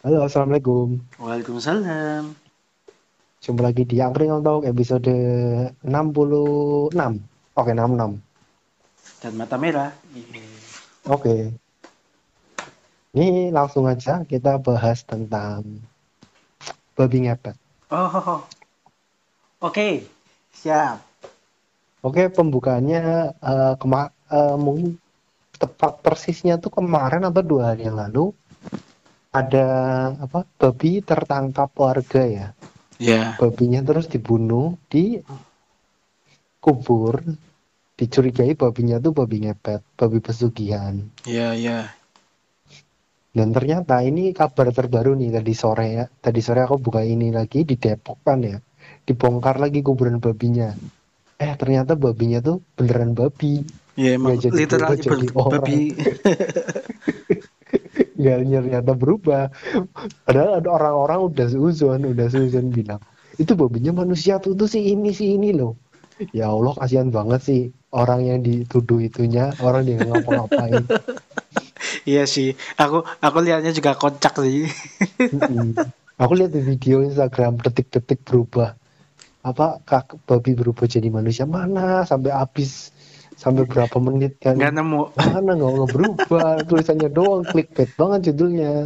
Halo, assalamualaikum. Waalaikumsalam. Jumpa lagi di Angkring Talk episode 66. Oke, 66. Dan mata merah. Oke, ini langsung aja kita bahas tentang babi ngepet. Oh, oh, oh. Oke, siap. Oke, pembukaannya mungkin tepat persisnya tuh kemarin atau 2 hari yang lalu ada apa? Babi tertangkap warga ya. Ya, Babinya terus dibunuh, dikubur, dicurigai babinya tuh babi ngepet, babi pesugihan. ya, ya. Dan ternyata ini kabar terbaru nih tadi sore ya. Tadi sore aku buka ini lagi di Depok kan ya. Dibongkar lagi kuburan babinya. Ternyata babinya tuh beneran babi. Ya Nggak emang jadi berubah literally jadi orang. babi. Nggak ternyata berubah. Padahal ada orang-orang udah seuzon bilang. Itu babinya manusia tuh sih ini loh. Ya Allah kasihan banget sih orang yang dituduh itunya. Orang yang ngapa-ngapain. Iya sih. Aku lihatnya juga kocak sih. Mm-mm. Aku lihat di video Instagram detik-detik berubah apa babi berubah jadi manusia mana sampai habis sampai berapa menit kan Nggak nemu. mana nggak berubah tulisannya doang clickbait banget judulnya.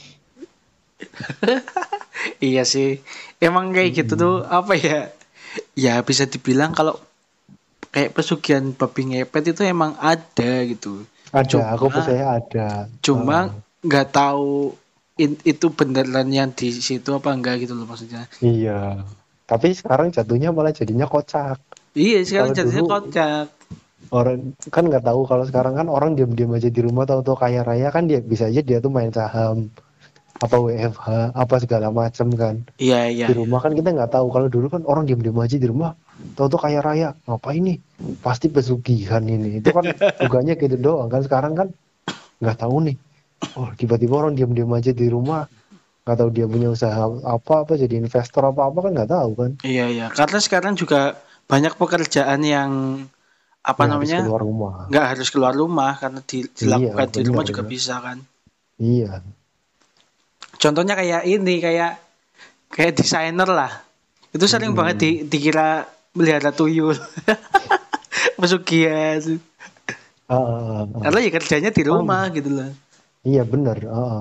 Iya sih. Emang kayak gitu tuh Mm-mm. apa ya? Ya bisa dibilang kalau kayak pesugihan babi ngepet itu emang ada gitu. Ada aku Cuma percaya ada. cuma Heeh. nggak tahu itu beneran yang di situ apa enggak gitu loh maksudnya. Iya tapi sekarang jatuhnya malah jadinya kocak. Iya, sekarang Kalau dulu jadinya kocak. orang kan nggak tahu, kalau sekarang kan orang diam-diam aja di rumah, tahu-tahu kaya raya kan dia bisa aja dia tuh main saham apa WFH apa segala macam kan. Iya, iya, Di iya. rumah kan kita nggak tahu, kalau dulu kan orang diam-diam aja di rumah, tahu-tahu kaya raya ngapain nih, pasti pesugihan ini, itu kan bukannya gitu doang kan. Sekarang kan nggak tahu nih, oh tiba-tiba orang diam-diam aja di rumah, nggak tahu dia punya usaha apa apa jadi investor apa apa kan nggak tahu kan. Iya, iya. Karena sekarang juga banyak pekerjaan yang apa Nggak harus namanya keluar rumah. nggak harus keluar rumah karena Iya dilakukan di rumah bener. juga bisa kan. Iya. Contohnya kayak ini, kayak kayak desainer lah. Itu sering banget Mm-mm. dikira melihara tuyul, pesugihan. Ah, ah, ah, Karena ah. ya kerjanya di rumah Sama. gitu loh. Iya bener.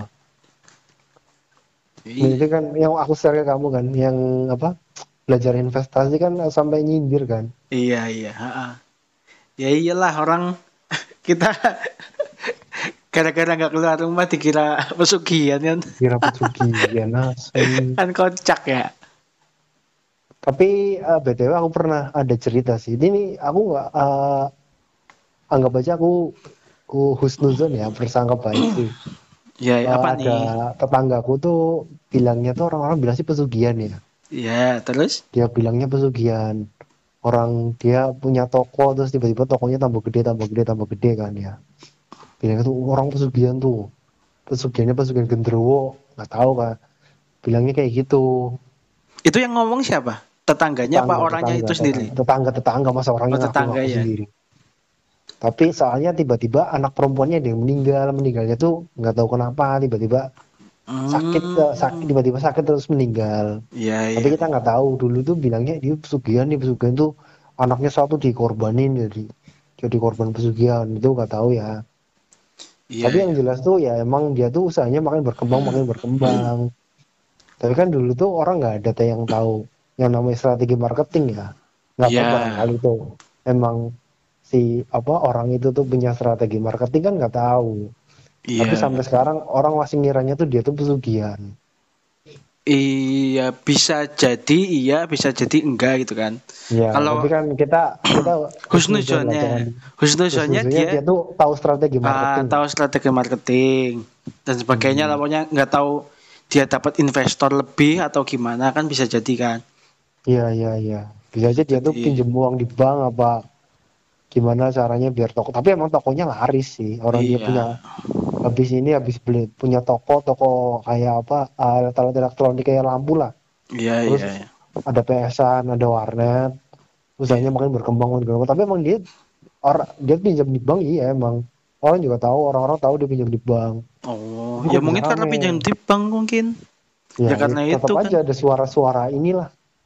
Nah, Iya, itu kan yang aku share ke kamu kan, yang apa, belajar investasi kan sampai nyindir kan. iya, iya. Ha-ha. Ya iyalah orang kita gara-gara nggak keluar rumah dikira pesugihan kan. Kira pesugihan asli. Kan kocak ya. Tapi BTW aku pernah ada cerita sih. Ini aku nggak anggap aja aku husnuzon ya, bersangka baik sih. Ya apa Ada nih? tetanggaku tuh bilangnya tuh orang-orang bilang sih pesugihan ya. Ya terus? Dia bilangnya pesugihan. Orang dia punya toko terus tiba-tiba tokonya tambah gede, tambah gede, tambah gede kan ya. Bilangnya tuh orang pesugihan tuh. Pesugihannya pesugihan genderuwo, nggak tahu kan. Bilangnya kayak gitu. Itu yang ngomong siapa? Tetangganya apa Tetangga, orangnya tetangga, itu tetangga, sendiri? tetangga, tetangga masa Oh orangnya tetangga ngaku-ngaku ya. sendiri. Tapi soalnya tiba-tiba anak perempuannya ada yang meninggalnya tuh nggak tahu kenapa, tiba-tiba sakit, Hmm. tiba-tiba sakit terus meninggal. Iya Tapi iya. kita nggak tahu, dulu tuh bilangnya dia pesugihan nih, pesugihan tuh anaknya satu dikorbanin jadi korban pesugihan, itu nggak tahu ya. Iya Tapi yang iya. jelas tuh ya emang dia tuh usahanya makin berkembang, makin berkembang. Tapi kan dulu tuh orang nggak ada tuh yang tahu yang namanya strategi marketing ya. Nggak tahu Iya. barangkali tuh emang si apa orang itu tuh punya strategi marketing kan nggak tahu. Tapi Iya. sampai sekarang orang masih ngiranya tuh dia tuh pesugihan. Iya bisa jadi iya, bisa jadi enggak gitu kan. Ya, Kalau tapi kan kita kita husnuzon lah, husnuzonnya, jangan husnuzonnya husnuzonnya dia dia tuh tahu strategi marketing. tahu strategi marketing dan sebagainya lah. Hmm. Pokoknya nggak tahu dia dapat investor lebih atau gimana kan bisa jadi kan. Iya, iya, iya. Bisa aja Bisa dia tuh jadi. pinjem uang di bank apa gimana caranya biar toko. Tapi emang tokonya laris sih. Orang dia punya Iya. habis beli punya toko kayak apa, alat-alat elektronik kayak lampu lah. Iya Terus iya iya. ada PS-an, ada warnet, usahanya Iya. makin berkembang makin berkembang. Tapi emang dia pinjam di bank, iya emang. Orang juga tahu, orang-orang tahu dia pinjam di bank. Oh, Tapi ya kok bisa mungkin karena rame? pinjam di bank mungkin. Ya, Ya karena tetap itu kan. aja ada suara-suara inilah.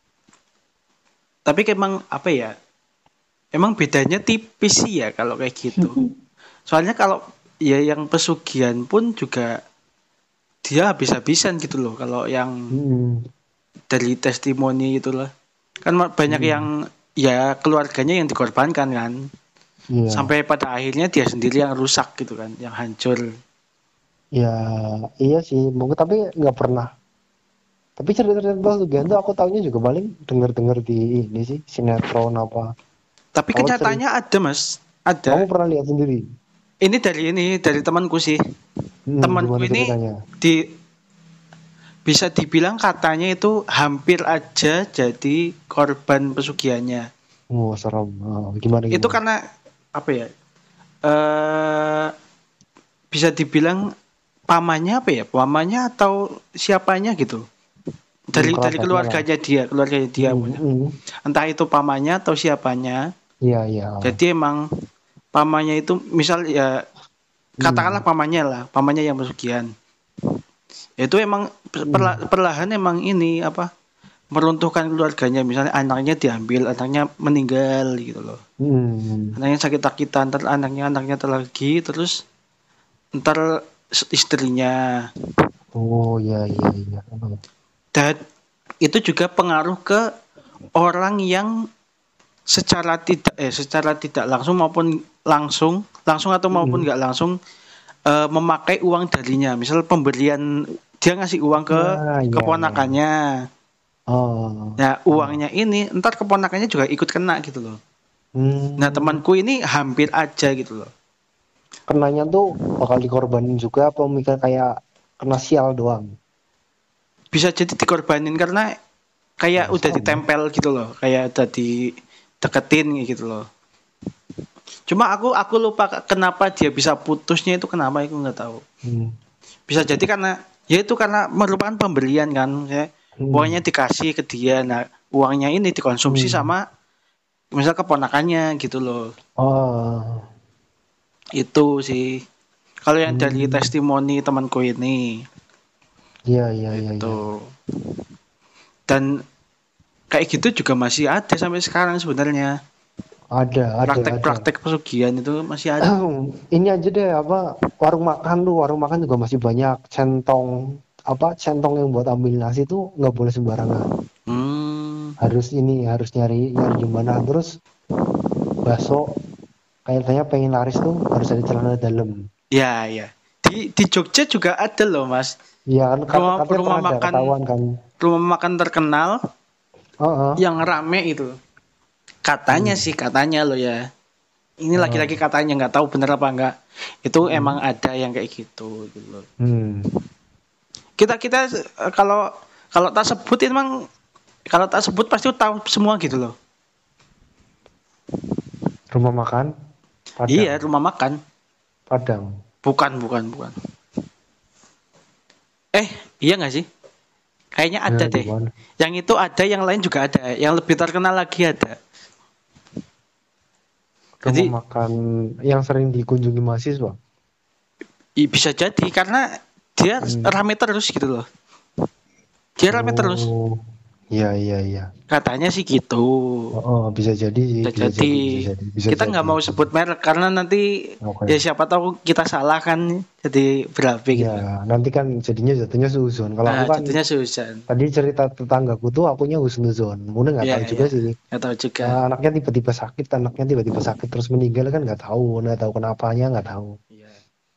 Tapi emang apa ya? Emang bedanya tipis sih ya kalau kayak gitu. Soalnya kalau ya yang pesugihan pun juga dia habis-habisan gitu loh. Kalau yang Hmm, dari testimoni itulah. Kan banyak yang hmm, ya keluarganya yang dikorbankan kan. iya, Sampai pada akhirnya dia sendiri yang rusak gitu kan, yang hancur. ya, iya sih. Mungkin tapi nggak pernah. Tapi cerita-cerita pesugihan tuh aku taunya juga paling denger-denger di ini sih sinetron apa. Tapi Kalau kenyataannya ada mas, kamu ada. pernah lihat sendiri? Ini dari temanku sih. Temanku Gimana ini ceritanya? di bisa dibilang katanya itu hampir aja jadi korban pesugihannya. Oh, serem. Gimana Itu gimana? karena apa ya? eh Bisa dibilang pamannya apa ya? Pamannya atau siapanya gitu. Dari Kerabatnya lah. keluarganya dia punya. Hmm. Entah itu pamannya atau siapanya. Iya, iya. Jadi emang pamannya itu misal ya katakanlah Hmm. pamannya yang pesugihan. Itu emang Hmm. perlahan emang ini apa meruntuhkan keluarganya, misalnya anaknya diambil, anaknya meninggal gitu loh, Hmm. anaknya sakit-sakitan, ntar anaknya lagi, terus ntar istrinya. Oh, iya, iya, iya. Dan itu juga pengaruh ke orang yang secara tidak langsung maupun langsung langsung atau maupun Hmm. nggak langsung memakai uang darinya, misal pemberian, dia ngasih uang ke Nah, iya, iya, iya. keponakannya. Oh. Nah, Oh. uangnya ini ntar keponakannya juga ikut kena gitu loh. Nah, Hmm. temanku ini hampir aja gitu loh. Kenanya tuh bakal dikorbanin juga apa mikir kayak kena sial doang? Bisa jadi dikorbanin karena kayak Oh, udah serem ya. ditempel gitu loh, kayak udah dideketin gitu loh. Cuma aku lupa kenapa dia bisa putusnya itu, kenapa aku nggak tahu. Hmm. Bisa jadi karena ya itu karena merupakan pemberian kan, ya. Hmm. Uangnya dikasih ke dia. Nah, uangnya ini dikonsumsi Hmm. sama misal keponakannya gitu loh. Oh. Itu sih. Kalau yang dari Hmm. testimoni temanku ini Iya, iya, iya, iya. itu. Dan kayak gitu juga masih ada sampai sekarang sebenarnya. Ada. Praktek-praktek pesugihan itu masih ada. Ini aja deh apa warung makan juga masih banyak centong apa centong yang buat ambil nasi tuh nggak boleh sembarangan. Hmm, Harus nyari nyari di mana. Terus bakso kayaknya pengen laris tuh harus ada celana dalam. ya ya. Di Jogja juga ada loh mas. Iya kan Rumah katanya rumah pernah ada makan ketahuan kan. rumah makan terkenal Heeh. yang rame itu. Katanya Hmm. sih katanya loh ya. Ini lagi-lagi Heeh. katanya, nggak tahu bener apa enggak. Itu emang Hmm. ada yang kayak gitu loh. Hmm. Kita kita kalau kalau tak sebut itu emang, kalau tak sebut pasti tahu semua gitu loh. Rumah makan Iya, Padang. rumah makan. Padang. Bukan. Iya nggak sih? Kayaknya ada Nah, di deh. mana? Yang itu ada, yang lain juga ada. Yang lebih terkenal lagi ada. Rumah Jadi makan yang sering dikunjungi mahasiswa. bisa jadi karena dia Hmm. rame terus gitu loh. Dia rame terus. Oh, iya, iya, iya. Katanya sih gitu. Oh, bisa jadi sih, Bisa bisa jadi, jadi. bisa jadi, bisa Kita jadi. nggak mau sebut merek karena nanti ya Oke. siapa tahu kita salah kan, jadi berabe Ya, gitu loh. nanti kan jadinya jatuhnya suzon. Kalau aku Nah, kan jadinya Susan. tadi cerita tetanggaku tuh akunya husnuzon. Mungkin nggak Iya, tahu juga iya. sih. Nggak tahu juga. Anaknya tiba-tiba sakit terus meninggal kan nggak tahu kenapanya nggak tahu. Iya.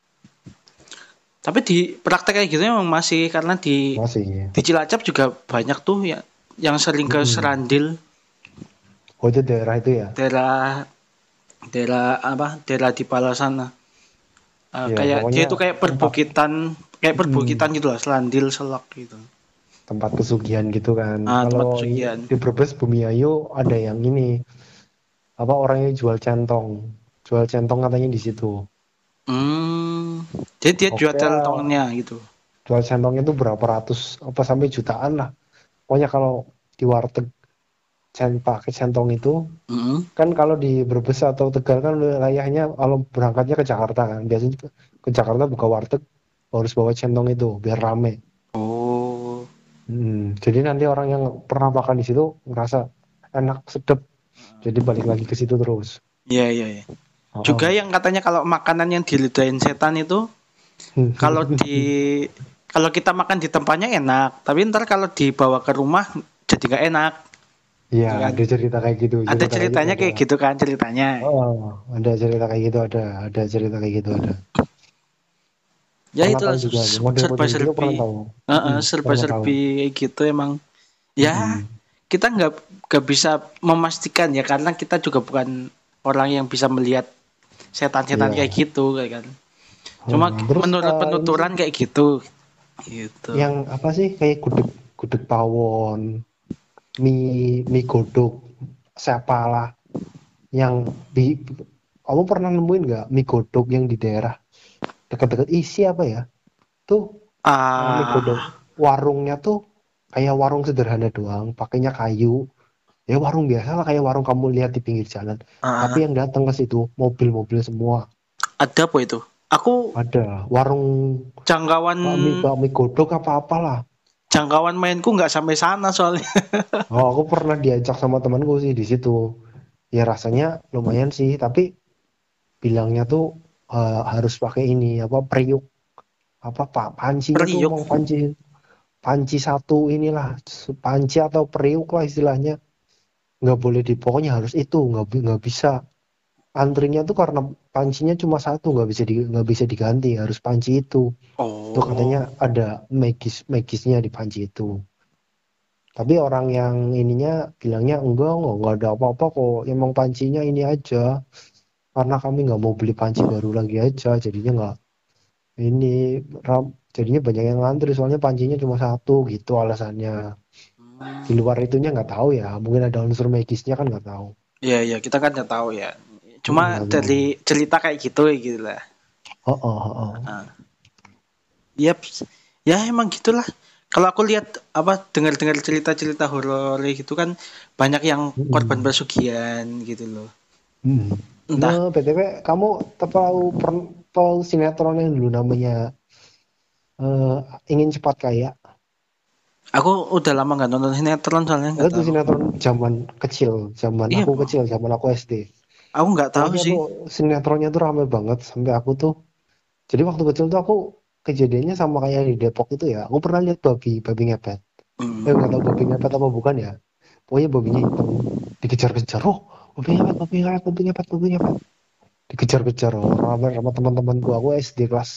Tapi di praktek kayak gitu memang masih, karena Masih. di Cilacap juga banyak tuh ya yang sering ke Mm-mm. Serandil, Oh itu daerah itu ya. daerah daerah apa? Daerah di Pala sana. Ya Kayak dia pokoknya itu tempat kayak perbukitan mm, gitu lah, Serandil, Selok gitu. tempat pesugihan gitu kan. Kalau Tempat pesugihan. di Brebes Bumiayu ada yang ini apa orangnya jual centong katanya di situ. Hmm. Jadi dia jual Oke, teltongnya gitu. jual centongnya itu berapa ratus apa sampai jutaan lah. Pokoknya kalau di warteg pakai centong itu. Mm-mm. Kan kalau di Brebes atau Tegal kan wilayahnya kalau berangkatnya ke Jakarta kan. Biasanya ke Jakarta buka warteg harus bawa centong itu biar rame. Oh. Jadi nanti orang yang pernah makan di situ ngerasa enak, sedap. Jadi balik lagi ke situ terus. Iya, iya, iya. Juga Oh. yang katanya kalau makanan yang dilidahin setan itu kalau kalau kita makan di tempatnya enak, tapi ntar kalau dibawa ke rumah jadi nggak enak, Iya, ya kan? ada cerita kayak gitu, Ada cerita kayak gitu ceritanya ada. kayak gitu kan ceritanya. Oh, ada cerita kayak gitu ada cerita kayak gitu ada. Ya Pernah itulah tahu juga aku. serba Model-model gitu serbi, pernah tahu. serba Pernah tahu. serbi kayak gitu emang. Ya Mm-mm. kita nggak bisa memastikan ya karena kita juga bukan orang yang bisa melihat setan-setan kayak Iya. gitu kayak kan. Cuma Terus menurut ini sih penuturan kayak gitu. Gitu. yang apa sih kayak gudeg gudeg pawon, mie godok, siapalah yang di kamu pernah nemuin nggak mie godok yang di daerah dekat-dekat isi apa ya? Tuh mie godok Ah, warungnya tuh kayak warung sederhana doang, pakainya kayu. Ya warung biasa lah kayak warung kamu lihat di pinggir jalan. Tapi ah, yang datang ke situ mobil-mobil semua. ada apa itu? Aku Ada warung jangkauan bakmi godok apa-apalah. jangkauan mainku nggak sampai sana soalnya. Oh, aku pernah diajak sama temanku sih di situ. Ya rasanya lumayan sih, tapi bilangnya tuh harus pakai ini apa periuk apa pak pancinya tuh Periuk. mau panci panci satu inilah panci atau periuk lah istilahnya nggak boleh di pokoknya harus itu nggak bisa antrinya tuh karena pancinya cuma satu nggak bisa diganti harus panci itu katanya Oh. ada magisnya di panci itu. Tapi orang yang ininya bilangnya enggak ada apa-apa kok. Emang pancinya ini aja. Karena kami nggak mau beli panci baru lagi aja. Jadinya nggak ini jadinya banyak yang ngantri soalnya pancinya cuma satu gitu alasannya. Di Hmm. luar itunya nggak tahu ya. Mungkin ada unsur magisnya kan nggak tahu. Iya, iya, kita kan nggak tahu ya. Cuma Nggak tahu. dari cerita kayak gitu ya gitu lah. Oh, oh, oh, oh. Ah. Yap. Ya emang gitulah. Kalau aku lihat apa dengar-dengar cerita-cerita horor gitu kan banyak yang korban Mm-mm. pesugihan gitu loh. Mm. Entah Nah, BTW, kamu tahu sinetron yang dulu namanya eh, Ingin Cepat Kaya? aku udah lama nggak nonton sinetron soalnya nggak Itu tahu. sinetron zaman kecil, Iya, Bu. zaman aku SD. Aku nggak tahu Pokoknya sih. tuh sinetronnya tuh rame banget sampai aku tuh. Jadi waktu kecil tuh aku kejadiannya sama kayak di Depok itu ya. Aku pernah lihat babi ngepet. Nggak tahu Hmm. babi ngepet apa bukan ya. Pokoknya babinya hitam, dikejar-kejar. Oh, babi ngepet, babi ngepet, babi ngepet. Dikejar-kejar oh, rame sama teman-temanku. Aku SD kelas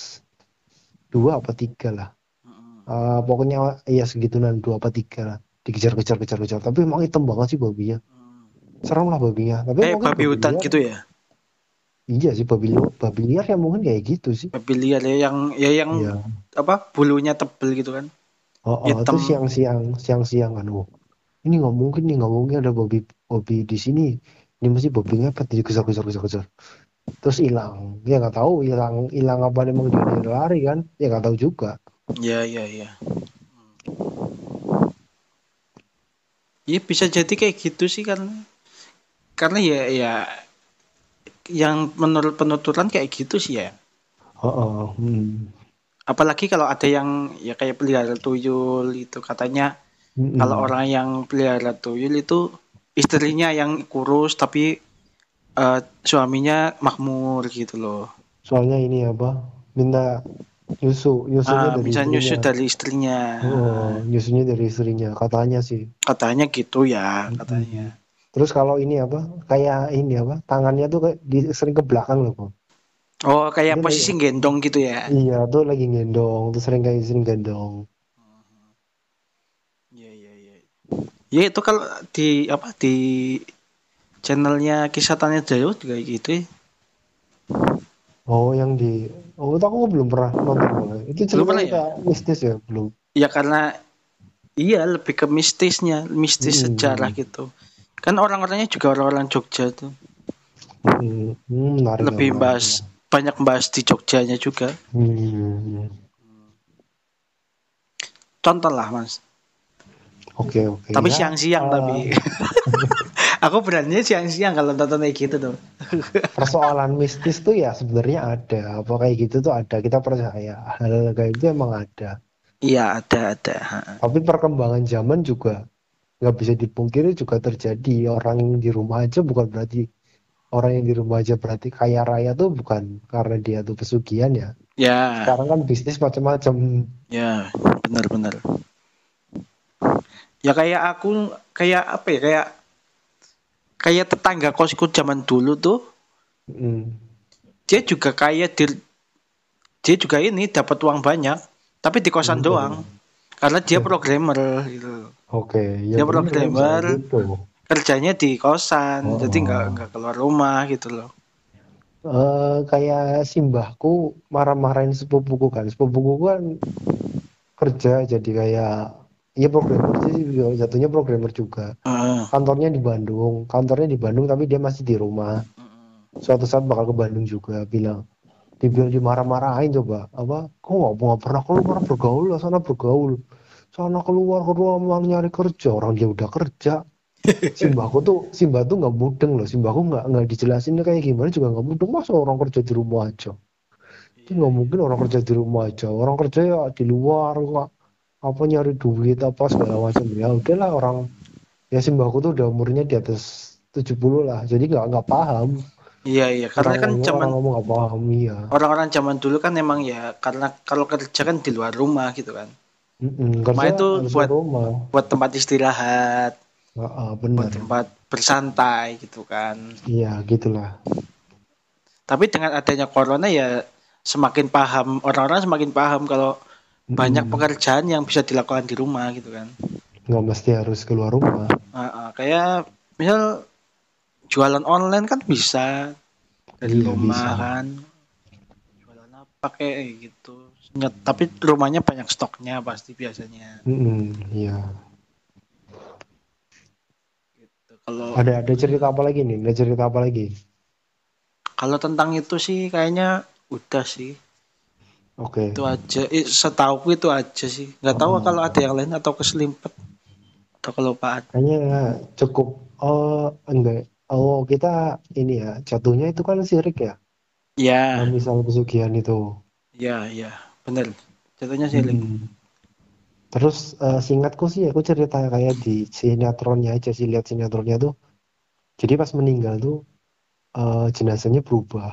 2 apa 3 lah. Pokoknya iya segituan 2 apa 3 lah. Dikejar-kejar. Tapi emang hitam banget sih babinya. Serem lah babinya. Tapi Kayak mungkin babi babi hutan liar. gitu ya. Iya sih babi liar ya mungkin kayak gitu sih. Babi liar ya yang Iya. apa bulunya tebel gitu kan. Oh, itu Hitam. siang-siang kan. Oh, ini nggak mungkin ada babi babi di sini. Ini mesti babi ngepet dikejar-kejar. Terus hilang. Ya nggak tahu hilang hilang apa emang dia lari kan? Ya nggak tahu juga. Ya, ya, ya. Iya bisa jadi kayak gitu sih karena ya yang menurut penuturan kayak gitu sih ya. Oh, Apalagi kalau ada yang ya kayak pelihara tuyul itu katanya kalau mm. orang yang pelihara tuyul itu istrinya yang kurus tapi suaminya makmur gitu loh. Soalnya ini apa? Minta nyusunya dari Bisa istrinya. nyusu dari istrinya. Oh, nyusunya dari istrinya katanya sih. Katanya gitu ya, katanya. Mm. Terus kalau ini apa? Kayak ini apa? Tangannya tuh kayak sering ke belakang loh, Bang. Oh, kayak Itu lagi, posisi gendong gitu ya. iya tuh lagi gendong, tuh sering gendong. Iya, iya, iya. Ya itu kalau di apa di channelnya Kisah Tanya Jayo juga gitu ya. Oh, itu aku belum pernah nonton malah. Itu Belum pernah cerita ya? mistis ya, belum. Ya karena iya lebih ke mistisnya, mistis sejarah Hmm, gitu. Kan orang-orangnya juga orang-orang Jogja tuh. menarik ya, Lebih menarik bahas ya. banyak bahas di Jogjanya juga. Hmm. Contoh lah, Mas. Oke oke Tapi ya. siang-siang tapi. Aku beraninya siang-siang kalau nonton kayak gitu tuh. Persoalan mistis tuh ya sebenarnya ada. Apa kayak gitu tuh ada. Kita percaya hal kayak itu emang ada. Iya, ada. Tapi perkembangan zaman juga nggak bisa dipungkiri juga terjadi. Orang yang di rumah aja bukan berarti orang yang di rumah aja berarti kaya raya tuh bukan karena dia tuh pesugihan ya. Ya, Sekarang kan bisnis macam-macam. ya, benar-benar. Ya kayak aku, kayak apa ya, kayak tetangga kosku zaman dulu tuh, Mm. dia juga dia juga ini dapat uang banyak, tapi di kosan Iya. doang. Karena dia programmer gitu. Oke, ya Dia bener kan bisa programmer, gitu. kerjanya di kosan, jadi nggak Oh. keluar rumah gitu loh. Kayak simbahku marah-marahin sepupuku kan. Sepupuku kan kerja jadi kayak ya programmer sih jatuhnya programmer juga. Heeh. Kantornya di Bandung tapi dia masih di rumah. Suatu saat bakal ke Bandung juga dibilang dimarah-marahin coba apa? Kok nggak pernah keluar bergaul lah sana bergaul. Sana keluar mau nyari kerja orang dia udah kerja. Simbah tuh nggak mudeng loh. Simbahku nggak dijelasin kayak gimana juga nggak mudeng. Masa orang kerja di rumah aja. Itu Iya, nggak iya. mungkin orang kerja di rumah aja. Orang kerja ya di luar kok apa nyari duit apa segala macam ya udahlah orang ya simbahku tuh udah umurnya di atas 70 lah jadi nggak paham Iya, iya. Karena kan orang ngomong nggak paham iya. orang-orang zaman dulu kan emang ya karena kalau kerja kan di luar rumah gitu kan. Rumah Kerja itu harus ke buat rumah. tempat istirahat, buat Bener tempat bersantai gitu kan. iya gitulah. Tapi dengan adanya corona ya semakin paham orang-orang semakin paham kalau banyak Mm-mm. pekerjaan yang bisa dilakukan di rumah gitu kan. Nggak mesti harus keluar rumah. Kayak misal jualan online kan bisa dari Iya rumah bisa. kan. Jualan apa kayak gitu. Tapi rumahnya banyak stoknya pasti biasanya. Iya. Gitu. Kalau Ada cerita apa lagi nih, ada cerita apa lagi? kalau tentang itu sih kayaknya udah sih. Oke. Itu aja. Setauku itu aja sih. Nggak tahu kalau ada yang lain atau keselimpet atau kelupaan. Kayaknya cukup. Enggak. Oh kita ini ya jatuhnya itu kan sirik ya. Ya, Misal pesugihan itu. ya, bener. Contohnya sih link. Mm-mm. Terus singkatku sih aku cerita kayak di sinetronnya aja sih lihat sinetronnya tuh. Jadi pas meninggal tuh jenazahnya berubah.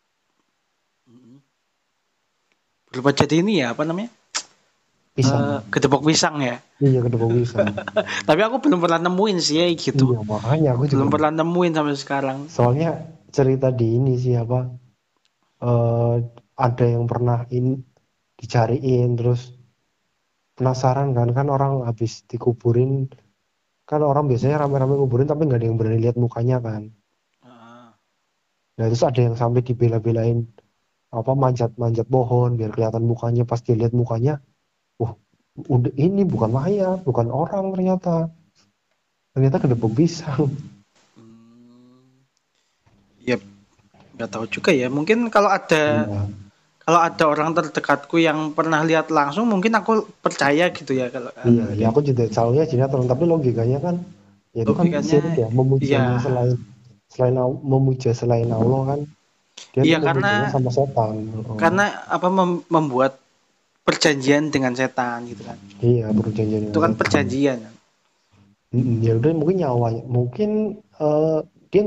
Berubah jadi ini ya, apa namanya? Pisang. Gedebok pisang ya. Iya kedua pisang. Tapi aku belum pernah nemuin sih ya gitu. Iya makanya aku juga. Belum pernah nemuin sampai sekarang. Soalnya cerita di ini sih apa eh ada yang pernah dicariin terus penasaran kan orang habis dikuburin kan orang biasanya rame-rame kuburin tapi nggak ada yang berani lihat mukanya kan. Ah, Nah terus ada yang sampai dibela-belain apa manjat-manjat pohon biar kelihatan mukanya pas dilihat mukanya wah udah ini bukan mayat bukan orang ternyata kedebok pisang. hmm, ya nggak tahu juga ya. Mungkin Iya kalau ada orang terdekatku yang pernah lihat langsung, mungkin aku percaya gitu ya kalau iya hal-hal ya kayak aku gitu. juga tahunya sinetron tapi logikanya kan ya itu kan Logikanya, syirik ya iya, memujanya memuja selain Allah kan dia iya tuh memujanya karena sama setan. Oh. apa membuat perjanjian dengan setan gitu kan. Iya perjanjian Itu dengan kan setan. perjanjian. Ya udah mungkin nyawanya mungkin dia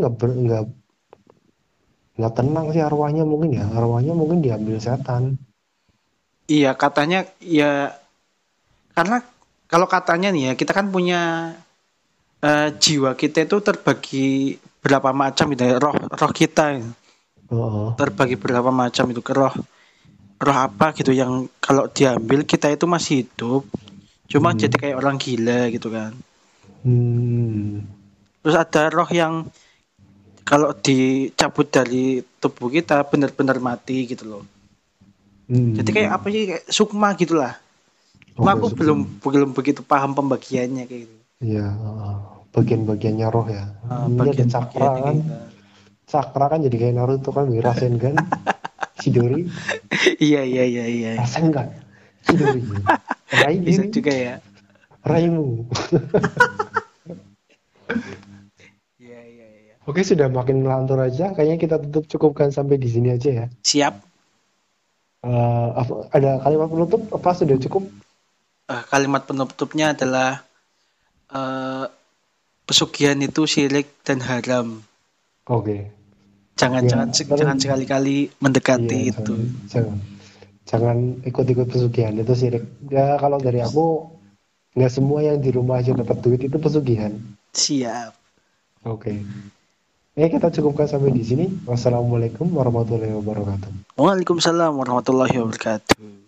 nggak tenang sih arwahnya mungkin ya arwahnya mungkin diambil setan. Iya katanya ya karena kalau katanya nih ya kita kan punya jiwa kita itu terbagi berapa macam gitu ya, roh roh kita gitu. Oh, Terbagi berapa macam itu ke roh roh apa gitu yang kalau diambil kita itu masih hidup cuma jadi hmm, kayak orang gila gitu kan. hmm, Terus ada roh yang kalau dicabut dari tubuh kita benar-benar mati gitu loh. Jadi kayak apa hmm. sih kayak sukma gitulah. Cuma Oke aku suka. belum belum begitu paham pembagiannya kayak gitu. Iya bagian-bagiannya roh ya. Ini ada cakra Bagian-bagiannya kan kayak gitu. cakra kan jadi kayak Naruto kan Rasengan Chidori Iya, iya, iya, iya. Rasengan Chidori Rai Bisa diri juga ya. raimu. Iya, iya, iya. Oke, sudah makin ngelantur aja. Kayaknya kita cukupkan sampai di sini aja ya. Siap. Ada kalimat penutup apa sudah cukup? Kalimat penutupnya adalah eh, pesugihan itu syirik dan haram. Oke. Jangan Ya, jangan jangan sekali-kali mendekati iya, itu. jangan ikut-ikut pesugihan itu syirik. Ya, kalau dari aku nggak semua yang di rumah aja dapat duit itu pesugihan. Siap. Oke. Kita cukupkan sampai di sini. Wassalamualaikum warahmatullahi wabarakatuh. Waalaikumsalam warahmatullahi wabarakatuh.